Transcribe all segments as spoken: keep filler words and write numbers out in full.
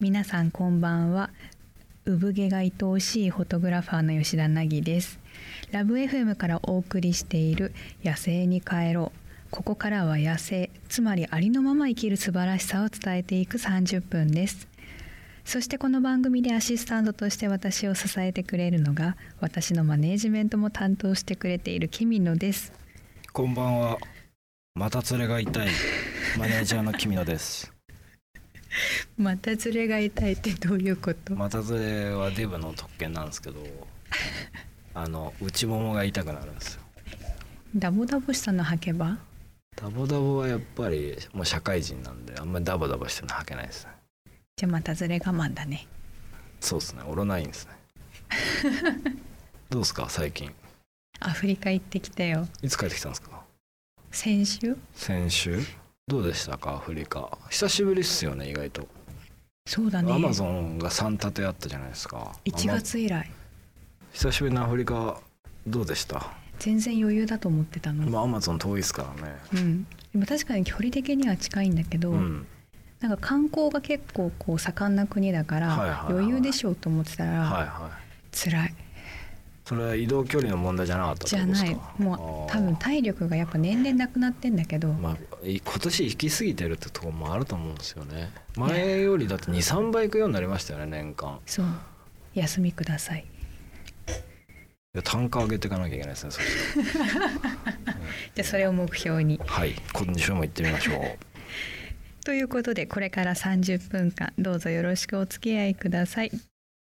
皆さんこんばんは。産毛が愛おしいフォトグラファーの吉田凪です。ラブ エフエム からお送りしている野生に帰ろう。ここからは野生、つまりありのまま生きる素晴らしさを伝えていくさんじゅっぷんです。そしてこの番組でアシスタントとして私を支えてくれるのが、私のマネージメントも担当してくれているキミノです。 こんばんは。また連れが痛いマネージャーのキミノです。 また連れが痛いってどういうこと？ また連れはデブの特権なんですけどあの内ももが痛くなるんですよ。 ダボダボしたの履けば？ ダボダボはやっぱりもう社会人なんであんまりダボダボしてるの履けないですね。 じゃあまた連れ我慢だね。 そうですね、オロナインですねどうですか最近？ アフリカ行ってきたよ。 いつ帰ってきたんですか？ 先週。 先週どうでしたかアフリカ？久しぶりっすよね。意外とそうだね。 アマゾンがさん立てあったじゃないですか。 いちがつ以来。 久しぶりのアフリカどうでした？ 全然余裕だと思ってたの。 まあアマゾン遠いですからね。 うん。でも確かに距離的には近いんだけど、うん、なんか観光が結構こう盛んな国だから、はいはいはい、余裕でしょうと思ってたら、はいはい、辛い。 それは移動距離の問題じゃなかったってことですか？じゃない。 もう多分体力がやっぱ年々なくなってんだけど、 まあ、今年行き過ぎてるってところもあると思うんですよね。前よりだって にさんばい行くようになりましたよね年間。 そう、休みください。いや単価上げていかなきゃいけないですねそしたら、うん、じゃあそれを目標に、 はい、今週も行ってみましょうということでこれからさんじゅっぷんかんどうぞよろしくお付き合いください。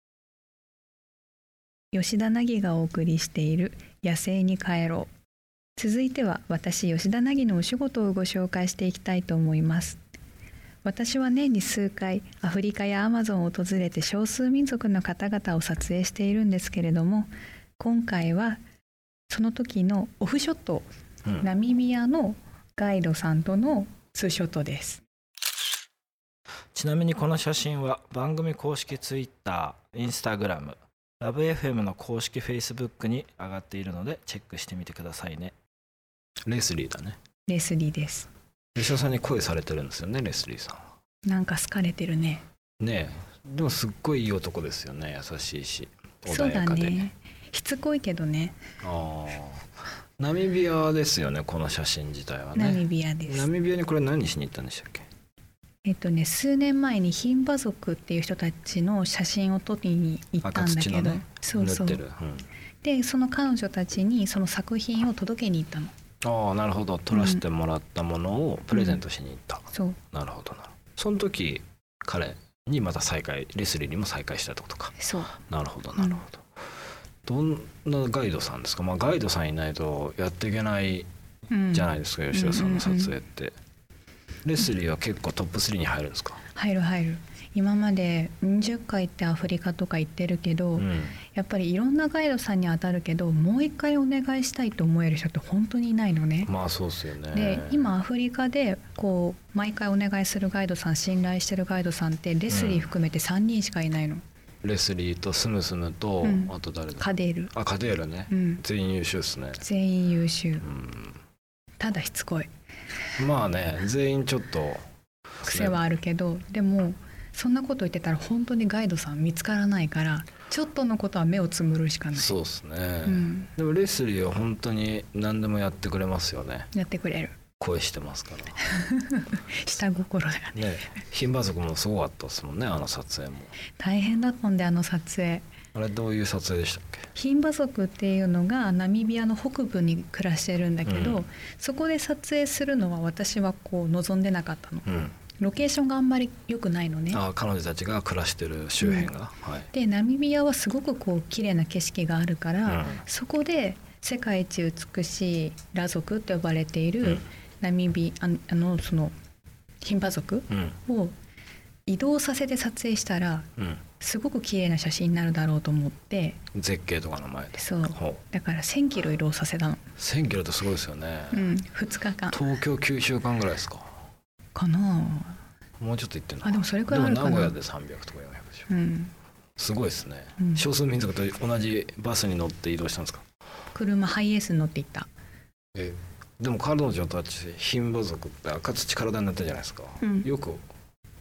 吉田凪がお送りしている野生に帰ろう。続いては私吉田凪のお仕事をご紹介していきたいと思います。私は年に数回アフリカやアマゾンを訪れて少数民族の方々を撮影しているんですけれども、今回はその時のオフショット、うん、ナミビアのガイドさんとのツーショットです。 ちなみにこの写真は番組公式ツイッター、インスタグラム、ラブ エフエム の公式フェイスブックに上がっているのでチェックしてみてくださいね。レスリーだね。 レスリーです。 吉田さんに恋されてるんですよねレスリーさんは。 なんか好かれてるね。 ねえ、でもすっごいいい男ですよね。優しいし穏やかで。 そうだね、しつこいけどね。 ああ、ナミビアですよねこの写真自体はね。 ナミビアです。 ナミビアにこれ何しに行ったんでしたっけ？ えっとね、数年前にヒンバ族っていう人たちの写真を撮りに行ったんだけど、ね、そうそう、うん、でその彼女たちにその作品を届けに行ったの。 ああなるほど。撮らせてもらったものをプレゼントしに行った、 うん、そう。 なるほどなるほど。その時彼にまた再会、レスリーにも再会したってことか。 そう。 なるほどなるほど、うん、どんなガイドさんですか？まあガイドさんいないとやっていけないじゃないですか、うん、吉田さんの撮影って、うんうんうん。レスリーは結構トップスリーに入るんですか？ 入る入る。今までにじゅっかいってアフリカとか行ってるけど、うん、やっぱりいろんなガイドさんに当たるけどもう一回お願いしたいと思える人って本当にいないのね。 まあそうですよね。 で今アフリカでこう毎回お願いするガイドさん、信頼してるガイドさんってレスリー含めてさんにんしかいないの、うん。 レスリーとスムスムと、うん、あと誰だ？カデール。あ、カデールね、うん、全員優秀ですね。 全員優秀、うん、ただしつこい。 まあね、全員ちょっと癖はあるけど、でもそんなこと言ってたら本当にガイドさん見つからないから、ちょっとのことは目をつむるしかない。 そうですね、うん、でもレスリーは本当に何でもやってくれますよね。 やってくれる。 声してますから下心だよね。 ね、ヒンバ族もすごかったですもんねあの撮影も。 大変だったんであの撮影。 あれどういう撮影でしたっけ？ ヒンバ族っていうのがナミビアの北部に暮らしてるんだけど、うん、そこで撮影するのは私はこう望んでなかったの、うん、ロケーションがあんまり良くないのね。 あ、彼女たちが暮らしてる周辺が、うん、はい、でナミビアはすごくこう綺麗な景色があるから、うん、そこで世界一美しいラ族と呼ばれている、うん、ナミビアあのそのヒンバ族を移動させて撮影したら、うん、すごく綺麗な写真になるだろうと思って。 絶景とかの前で。 そうだからせんキロ移動させたの。 せんキロってすごいですよね、 うん、ふつかかん。 東京きゅうしゅうかんぐらいですか？ かな。 もうちょっと行ってんのか。 あ、でもそれくらいあるかな。 でも名古屋でさんびゃくとかよんひゃくでしょ、うん、すごいですね、うん、少数民族と同じバスに乗って移動したんですか？ 車ハイエースに乗って行った。 えでも彼女たちヒンバ族って赤土体になったじゃないですか、うん、よく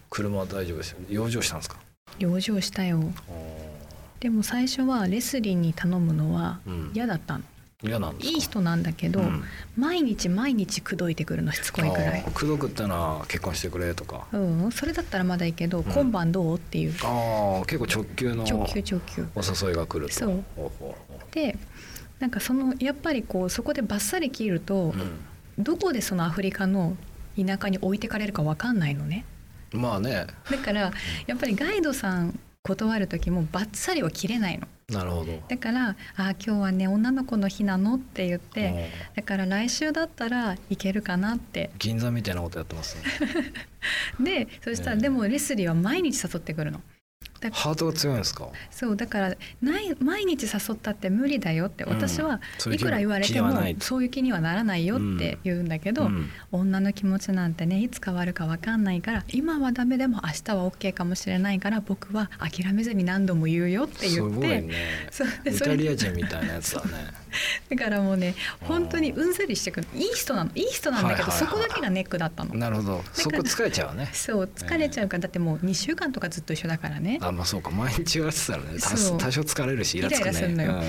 車は大丈夫ですよ。養生したんですか？ 養生したよ。でも最初はレスリーに頼むのは嫌だったの、 うん、嫌なんですか？ いい人なんだけど、うん、毎日毎日口説いてくるの、しつこいくらい。 口説くってのは結婚してくれとか、 うん、それだったらまだいいけど、うん、今晩どうっていう。 ああ、結構直球の直球直球お誘いが来ると。 そう。でなんかそのやっぱりこうそこでバッサリ切ると、うん、どこでそのアフリカの田舎に置いてかれるか分かんないのね。 まあね。 だからやっぱりガイドさん断る時もバッサリは切れないの。 なるほど。 だからあ今日はね女の子の日なのって言って、だから来週だったらいけるかなって。 銀座みたいなことやってますね。でそしたら、えー、でもレスリーは毎日誘ってくるの。 ハートが強いんですか？そうだからない毎日誘ったって無理だよって、私はいくら言われてもそういう気にはならないよって言うんだけど、うん、女の気持ちなんてねいつ変わるか分かんないから、今はダメでも明日は OK かもしれないから僕は諦めずに何度も言うよって言って。すごいね。イタリア人みたいなやつだね。だからもうね本当にうんざりしてくる。いい人なのいい人なんだけど、はいはいはい、そこだけがネックだったの。なるほど。そこ疲れちゃうね。そう疲れちゃうから、だってもうにしゅうかんとかずっと一緒だからね。あ、まあそうか、毎日やってたらね、多少疲れるしイラつくね。イライラするのよ、うん、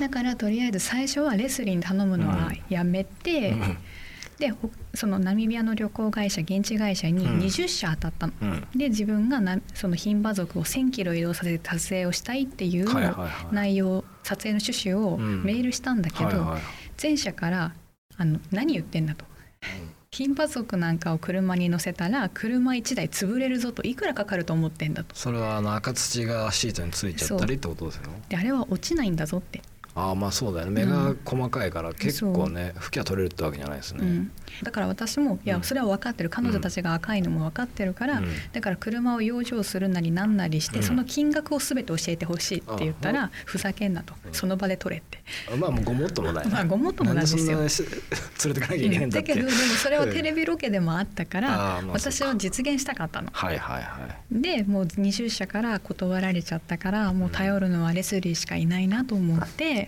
だからとりあえず最初はレスリーに頼むのはやめて、うん、でそのナミビアの旅行会社現地会社ににじゅっしゃ当たったの、うん、で自分がなその牝馬族をせんキロ移動させて撮影をしたいっていう内容、撮影の趣旨をメールしたんだけど、うんはいはい、前者からあの何言ってんだと、牝馬族なんかを車に乗せたら車いちだい潰れるぞと、いくらかかると思ってんだと。それはあの赤土がシートについちゃったりってことですよ。であれは落ちないんだぞって。ああまあそうだよね、目が細かいから結構ね、うん、吹きは取れるってわけじゃないですね、うん、だから私もいやそれは分かってる、彼女たちが赤いのも分かってるから、うん、だから車を養生するなりなんなりして、うん、その金額を全て教えてほしいって言ったら、うん、ふざけんなと、うん、その場で取れって。まあもうごもっともないまあごもっともなんですよ。なんでそんな連れてかなきゃいけないんだって、うん、だけどでもそれはテレビロケでもあったから、私は実現したかったの。はいはいはい。でもうにじゅっしゃから断られちゃったから、もう頼るのはレスリーしかいないなと思って、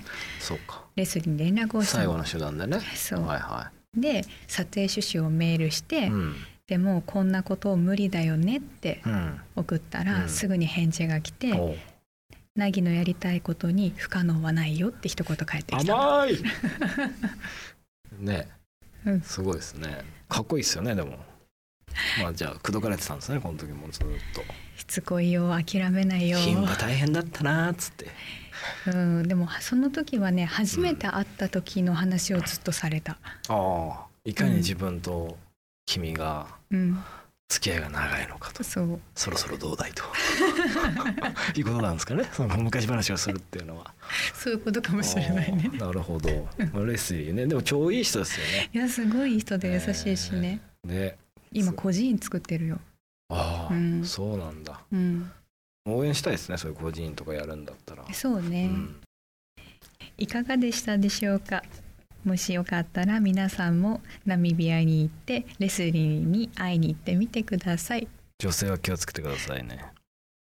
うん、そうか、レスリーに連絡をしたの。最後の手段でね。そう、はいはい、で撮影趣旨をメールして、うん、でもこんなことを無理だよねって送ったら、うん、すぐに返事が来て、うん、ナギのやりたいことに不可能はないよって一言返ってきた。甘いね、うん、すごいですね。かっこいいですよね。でもまあじゃあ口説かれてたんですね、この時もずっと。しつこいよ、諦めないよ、牝馬大変だったなっつって。うん、でもその時はね、初めて会った時の話をずっとされた、うん、ああ、いかに自分と君が付き合いが長いのかと、うん、そう、そろそろどうだいということなんですかね、その昔話をするっていうのは。そういうことかもしれないね。なるほど。レスリーね、でも超いい人ですよね。いやすごいいい人で優しいしね、えー、ね、今個人作ってるよ。ああ、うん、そうなんだ、うん、応援したいですね、そういう個人とかやるんだったら。そうね、うん、いかがでしたでしょうか。もしよかったら皆さんもナミビアに行ってレスリーに会いに行ってみてください。女性は気をつけてくださいね。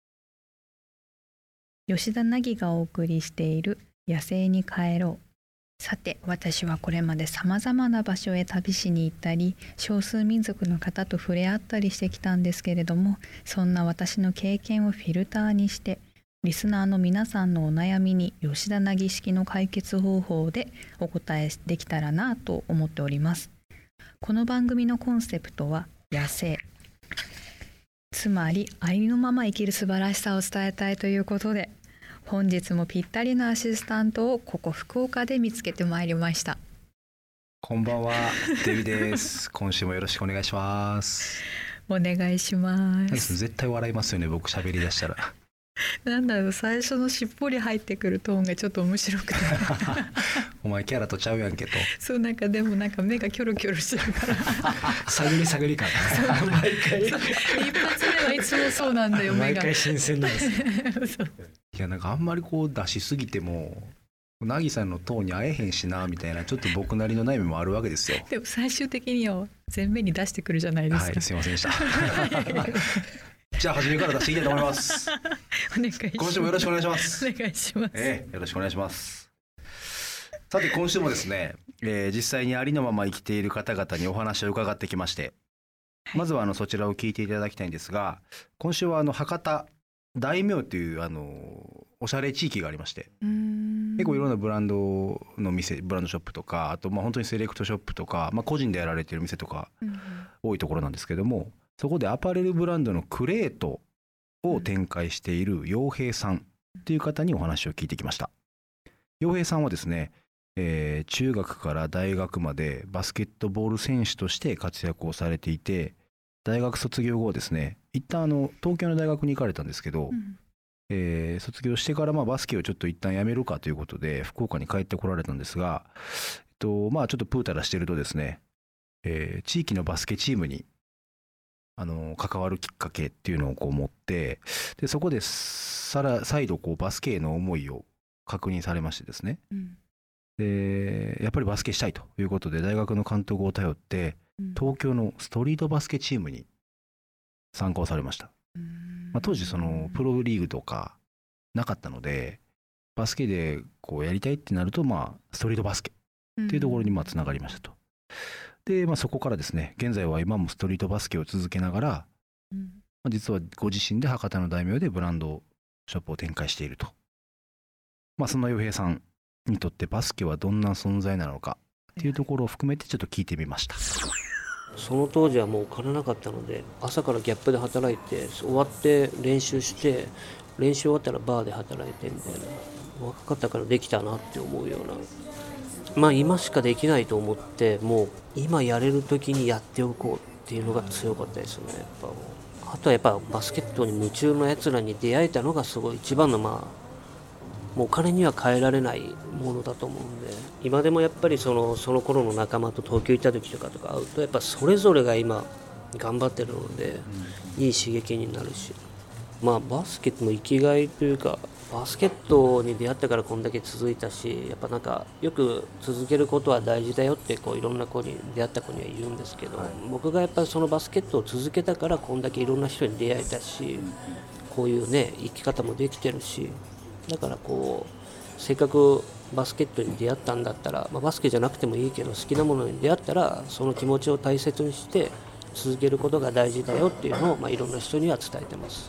吉田凪がお送りしている野生に帰ろう。さて、私はこれまでさまざまな場所へ旅しに行ったり、少数民族の方と触れ合ったりしてきたんですけれども、そんな私の経験をフィルターにして、リスナーの皆さんのお悩みに吉田凪式の解決方法でお答えできたらなと思っております。この番組のコンセプトは野生。つまりありのまま生きる素晴らしさを伝えたいということで、本日もぴったりなアシスタントをここ福岡で見つけてまいりました。 こんばんは、デビです。今週もよろしくお願いします。 お願いします。 絶対笑いますよね、僕喋り出したら。 なんだろう、最初のしっぽり入ってくるトーンがちょっと面白くてお前キャラとちゃうやんけと。 そう、なんかでもなんか目がキョロキョロしてるから探り探り感毎回一発目はいつもそうなんだよ、目が毎回新鮮なんですいや、なんかあんまりこう出しすぎても凪さんのトーンに会えへんしなみたいな、ちょっと僕なりの悩みもあるわけですよ。 でも最終的には前面に出してくるじゃないですか。 はい、すいませんでしたじゃあ初めから出していきたいと思いますお願いします。 今週もよろしくお願いします。 お願いします、 えー、よろしくお願いします。さて今週もですね、えー、実際にありのまま生きている方々にお話を伺ってきまして、 まずはあのそちらを聞いていただきたいんですが、今週はあの博多大名というあのおしゃれ地域がありまして、 うーん結構いろんなブランドの店、ブランドショップとか、あとまあ本当にセレクトショップとか、まあ、個人でやられている店とかうん多いところなんですけども、そこでアパレルブランドのクレートを展開している陽平さんという方にお話を聞いてきました。陽平さんはですね、えー中学から大学までバスケットボール選手として活躍をされていて、大学卒業後はですね、一旦あの東京の大学に行かれたんですけど、 うんえー卒業してからまあバスケをちょっと一旦やめるかということで福岡に帰ってこられたんですが、えっとまあちょっとプータラしてるとですね、えー地域のバスケチームにあの関わるきっかけっていうのをこう持って、でそこでさら再度こうバスケへの思いを確認されましてですね、 うんでやっぱりバスケしたいということで大学の監督を頼ってうん東京のストリートバスケチームに参加をされました。 うんまあ、当時そのプロリーグとかなかったので、バスケでこうやりたいってなるとまあストリートバスケっていうところにまあつながりましたと。で、まあ、そこからですね、現在は今もストリートバスケを続けながら、 うんまあ実はご自身で博多の大名でブランドショップを展開していると。まあ、そんな陽平さんにとってバスケはどんな存在なのかっていうところを含めてちょっと聞いてみました。 その当時はもうお金なかったので、朝からギャップで働いて、終わって練習して、練習終わったらバーで働いてみたいな、若かったからできたなって思うような、まあ今しかできないと思って、もう今やれる時にやっておこうっていうのが強かったですよね。やっぱもうあとはやっぱバスケットに夢中のやつらに出会えたのがすごい一番の、まあもうお金には変えられないものだと思うんで、今でもやっぱりそのその頃の仲間と東京行った時とかとか会うと、やっぱそれぞれが今頑張ってるので、いい刺激になるし、まあバスケットの生きがいというか、バスケットに出会ってからこんだけ続いたし、やっぱなんかよく続けることは大事だよってこういろんな子に出会った子には言うんですけど、僕がやっぱりそのバスケットを続けたからこんだけいろんな人に出会えたし、こういうね生き方もできてるし、だからこうせっかくバスケットに出会ったんだったら、まあ、バスケじゃなくてもいいけど好きなものに出会ったらその気持ちを大切にして続けることが大事だよっていうのを、まあ、いろんな人には伝えてます。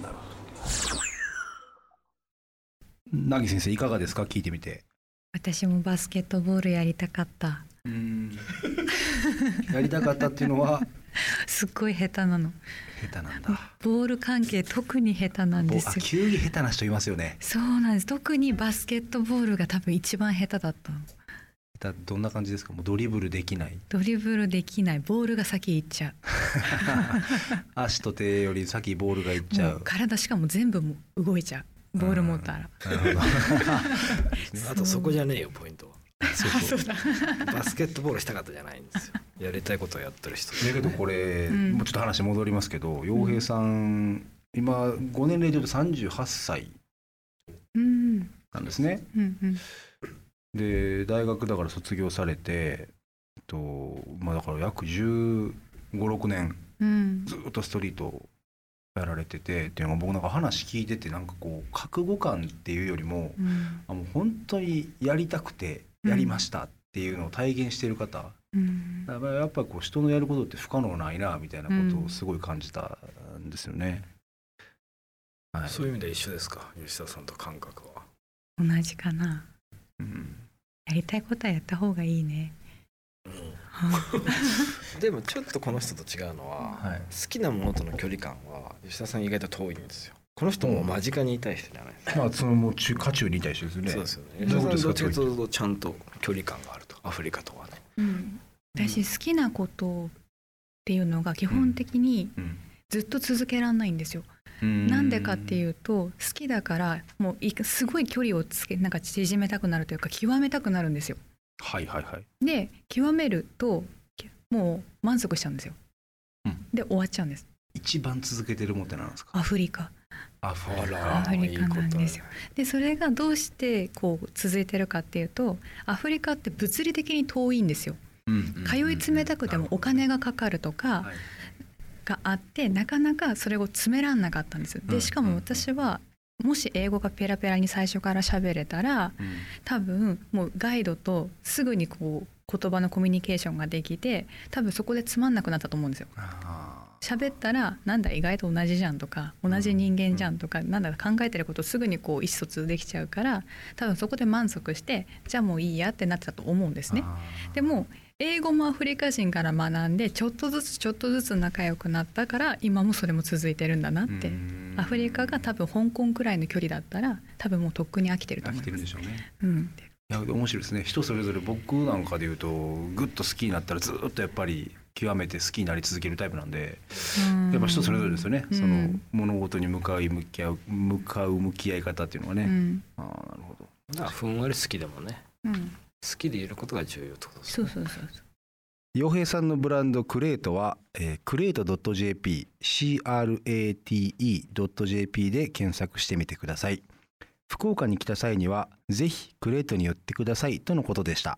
凪先生いかがですか、聞いてみて。 私もバスケットボールやりたかった。 うーんやりたかったっていうのはすっごい下手なの。 下手なんだ。 ボール関係特に下手なんですよ。 あ、球技下手な人いますよね。 そうなんです。特にバスケットボールが多分一番下手だったの。 下手どんな感じですか。もうドリブルできない。 ドリブルできない。ボールが先行っちゃう。 足と手より先ボールがいっちゃう。 もう体しかも全部もう動いちゃう。ボール持ったら。 なるほどあとそこじゃねえよポイントは。 そうそうバスケットボールしたかったじゃないんですよ。やりたいことをやってる人だけどこれ、 うんもうちょっと話戻りますけど、陽平さん今ご年齢で言うとさんじゅうはっさいうんなんですね。 うんうんで大学だから卒業されて、えっとまあ、だから約じゅうご、ろくねんうんずっとストリートをやられててっていうのが、僕なんか話聞いててなんかこう覚悟感っていうよりも、 うんあもう本当にやりたくてやりましたっていうのを体現している方、 うんだからやっぱりこう人のやることって不可能ないなみたいなことをすごい感じたんですよね。はい、 そういう意味では一緒ですか、吉田さんと感覚は。 同じかな。 うんやりたいことはやった方がいいね。 でもちょっとこの人と違うのは、 はい好きなものとの距離感は吉田さん意外と遠いんですよ。この人も間近にいたい人じゃないですか。 まあそのもう中渦中にいたい人ですよね。 そうですよね。 どういうことですか吉田さんどっちかというとちゃんと距離感があると。アフリカとはね。 うん、私好きなことっていうのが基本的にうんずっと続けられないんですよ。なんでかっていうと好きだからもういすごい距離をつけなんか縮めたくなるというか極めたくなるんですよ。 はいはいはい。 で極めるともう満足しちゃうんですよ。 うんで終わっちゃうんです。 一番続けてるもんってなんですか。 アフリカアフあらアフリカなんですよ。 いいこでそれがどうしてこう続いてるかっていうと、アフリカって物理的に遠いんですよ。通い詰めたくてもお金がかかるとかはいがあって、なかなかそれを詰めらんなかったんですよ。でしかも私はもし英語がペラペラに最初から喋れたら、 うん多分もうガイドとすぐにこう言葉のコミュニケーションができて、多分そこでつまんなくなったと思うんですよ。 あ喋ったらなんだ意外と同じじゃんとか同じ人間じゃんとか、なんだ考えてることすぐにこう意思疎通できちゃうから、多分そこで満足してじゃあもういいやってなってたと思うんですね。でも英語もアフリカ人から学んでちょっとずつちょっとずつ仲良くなったから今もそれも続いてるんだなって。アフリカが多分香港くらいの距離だったら多分もうとっくに飽きてると思います。 飽きてるんでしょうね。 うん、 いや面白いですね。人それぞれ、僕なんかでいうとグッと好きになったらずっとやっぱり極めて好きになり続けるタイプなんで、やっぱ人それぞれですよね、うん、その物事に向かい向き合う向かう向き合い方っていうのはね、うん、ああなるほど。 だからふんわり好きでもね、うん、好きでいることが重要ってことですね。 そうそうそうそう。 洋平さんのブランドクレートは、えー、クレート .jp crate.jp で検索してみてください。福岡に来た際にはぜひクレートに寄ってくださいとのことでした。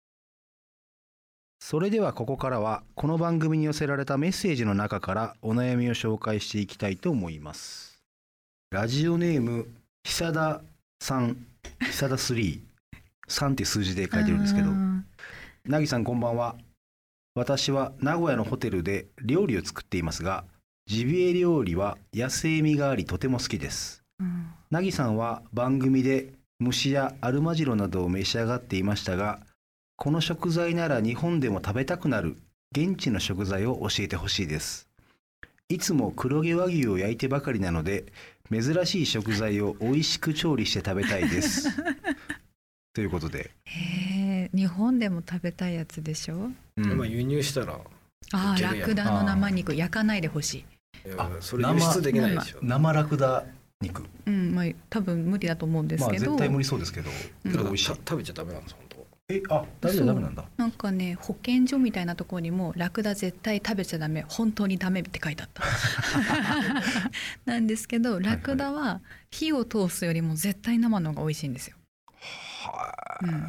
それではここからはこの番組に寄せられたメッセージの中からお悩みを紹介していきたいと思います。ラジオネーム久田さん、久田スリーさんって数字で書いてるんですけど、なぎさんこんばんは。私は名古屋のホテルで料理を作っていますが、ジビエ料理は野生味がありとても好きです。なぎさんは番組で虫やアルマジロなどを召し上がっていましたが、この食材なら日本でも食べたくなる現地の食材を教えてほしいです。いつも黒毛和牛を焼いてばかりなので珍しい食材を美味しく調理して食べたいですということで、 へえ、日本でも食べたいやつでしょ、 うん、まあ輸入したらああ、ラクダの生肉焼かないでほしい。 いやそれ輸出できないでしょ。 生ラクダ肉、 うんまあ、多分無理だと思うんですけど、 まあ、絶対無理そうですけど、 うん、 美味しい。 食べちゃダメなんです本当。 え、あ、食べちゃダメなんだ。 なんかね、保健所みたいなところにもラクダ絶対食べちゃダメ、本当にダメって書いてあったなんですけど、ラクダは火を通すよりも絶対生の方が美味しいんですよ。 はあ、うん、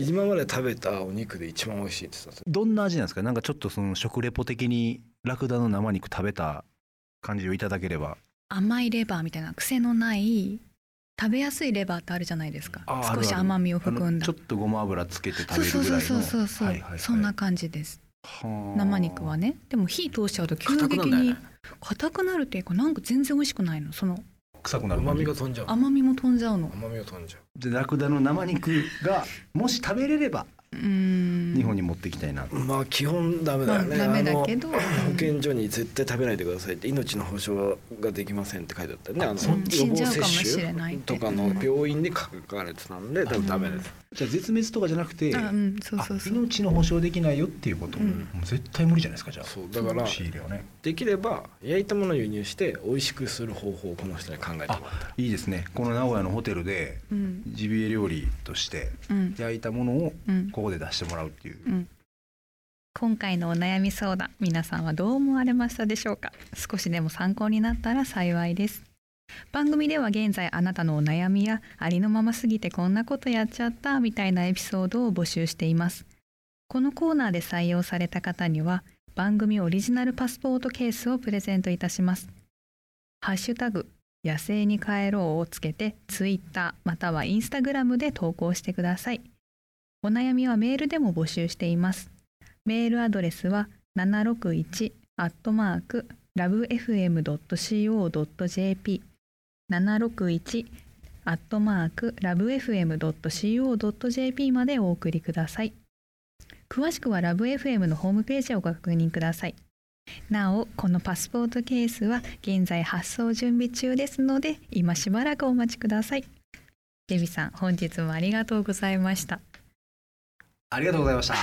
今まで食べたお肉で一番美味しいって言ってた。 どんな味なんですか。なんかちょっとその食レポ的にラクダの生肉食べた感じをいただければ。 甘いレバーみたいな癖のない食べやすいレバーってあるじゃないですか。 あ少し甘みを含んだ、 ちょっとごま油つけて食べるぐらいの。 そうそうそうそう、はいはいはい、そんな感じです。生肉はね。でも火通しちゃうと急激に硬くなるっていうか、なんか全然美味しくないの。その臭くなる。 甘みが飛んじゃう。 甘みも飛んじゃうの。 甘みが飛んじゃう。 でラクダの生肉がもし食べれればうーん日本に持っていきたいな。 まあ基本ダメだよね、 まあ、ダメだけど保健所に絶対食べないでくださいって、命の保証ができませんって書いてあったね。あの予防接種とかの病院で書かれてたんで多分ダメです。 じゃあ絶滅とかじゃなくて、 あ、うん、そうそうそう、 命の保証できないよっていうこと、うん、もう絶対無理じゃないですか。じゃあそうだから仕入れをね、 できれば焼いたものを輸入して美味しくする方法をこの人に考えてもらった。 いいですね。この名古屋のホテルでジビエ料理として焼いたものをここで出してもらうっていう、うんうん、 今回のお悩み相談、皆さんはどう思われましたでしょうか。少しでも参考になったら幸いです。番組では現在あなたのお悩みやありのまますぎてこんなことやっちゃったみたいなエピソードを募集しています。このコーナーで採用された方には番組オリジナルパスポートケースをプレゼントいたします。ハッシュタグ野生に帰ろうをつけてツイッターまたはインスタグラムで投稿してください。お悩みはメールでも募集しています。メールアドレスはななろくいちアットマークラブエフエムドットシーオードットジェーピー ななろくいちアットマークラブエフエムドットシーオードットジェーピー までお送りください。詳しくはラブエフエムのホームページをご確認ください。なお、このパスポートケースは現在発送準備中ですので今しばらくお待ちください。デビさん、本日もありがとうございました。 ありがとうございました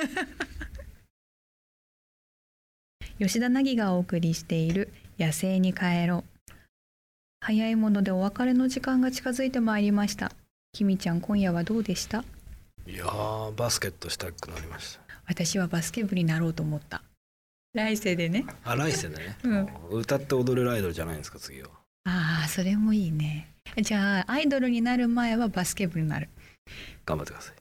吉田凪がお送りしている野生に帰ろう。早いものでお別れの時間が近づいてまいりました。きみちゃん、今夜はどうでした？ いやー、バスケットしたくなりました。 私はバスケ部になろうと思った。来世でね。 あ、来世でね、 うん、 歌って踊れるアイドルじゃないんですか、次は。 ああ、それもいいね。じゃあアイドルになる前はバスケ部になる。 頑張ってください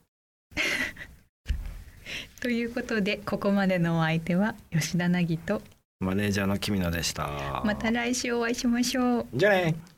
ということで、ここまでのお相手は吉田凪とマネージャーの君野でした。 また来週お会いしましょう。 じゃあね。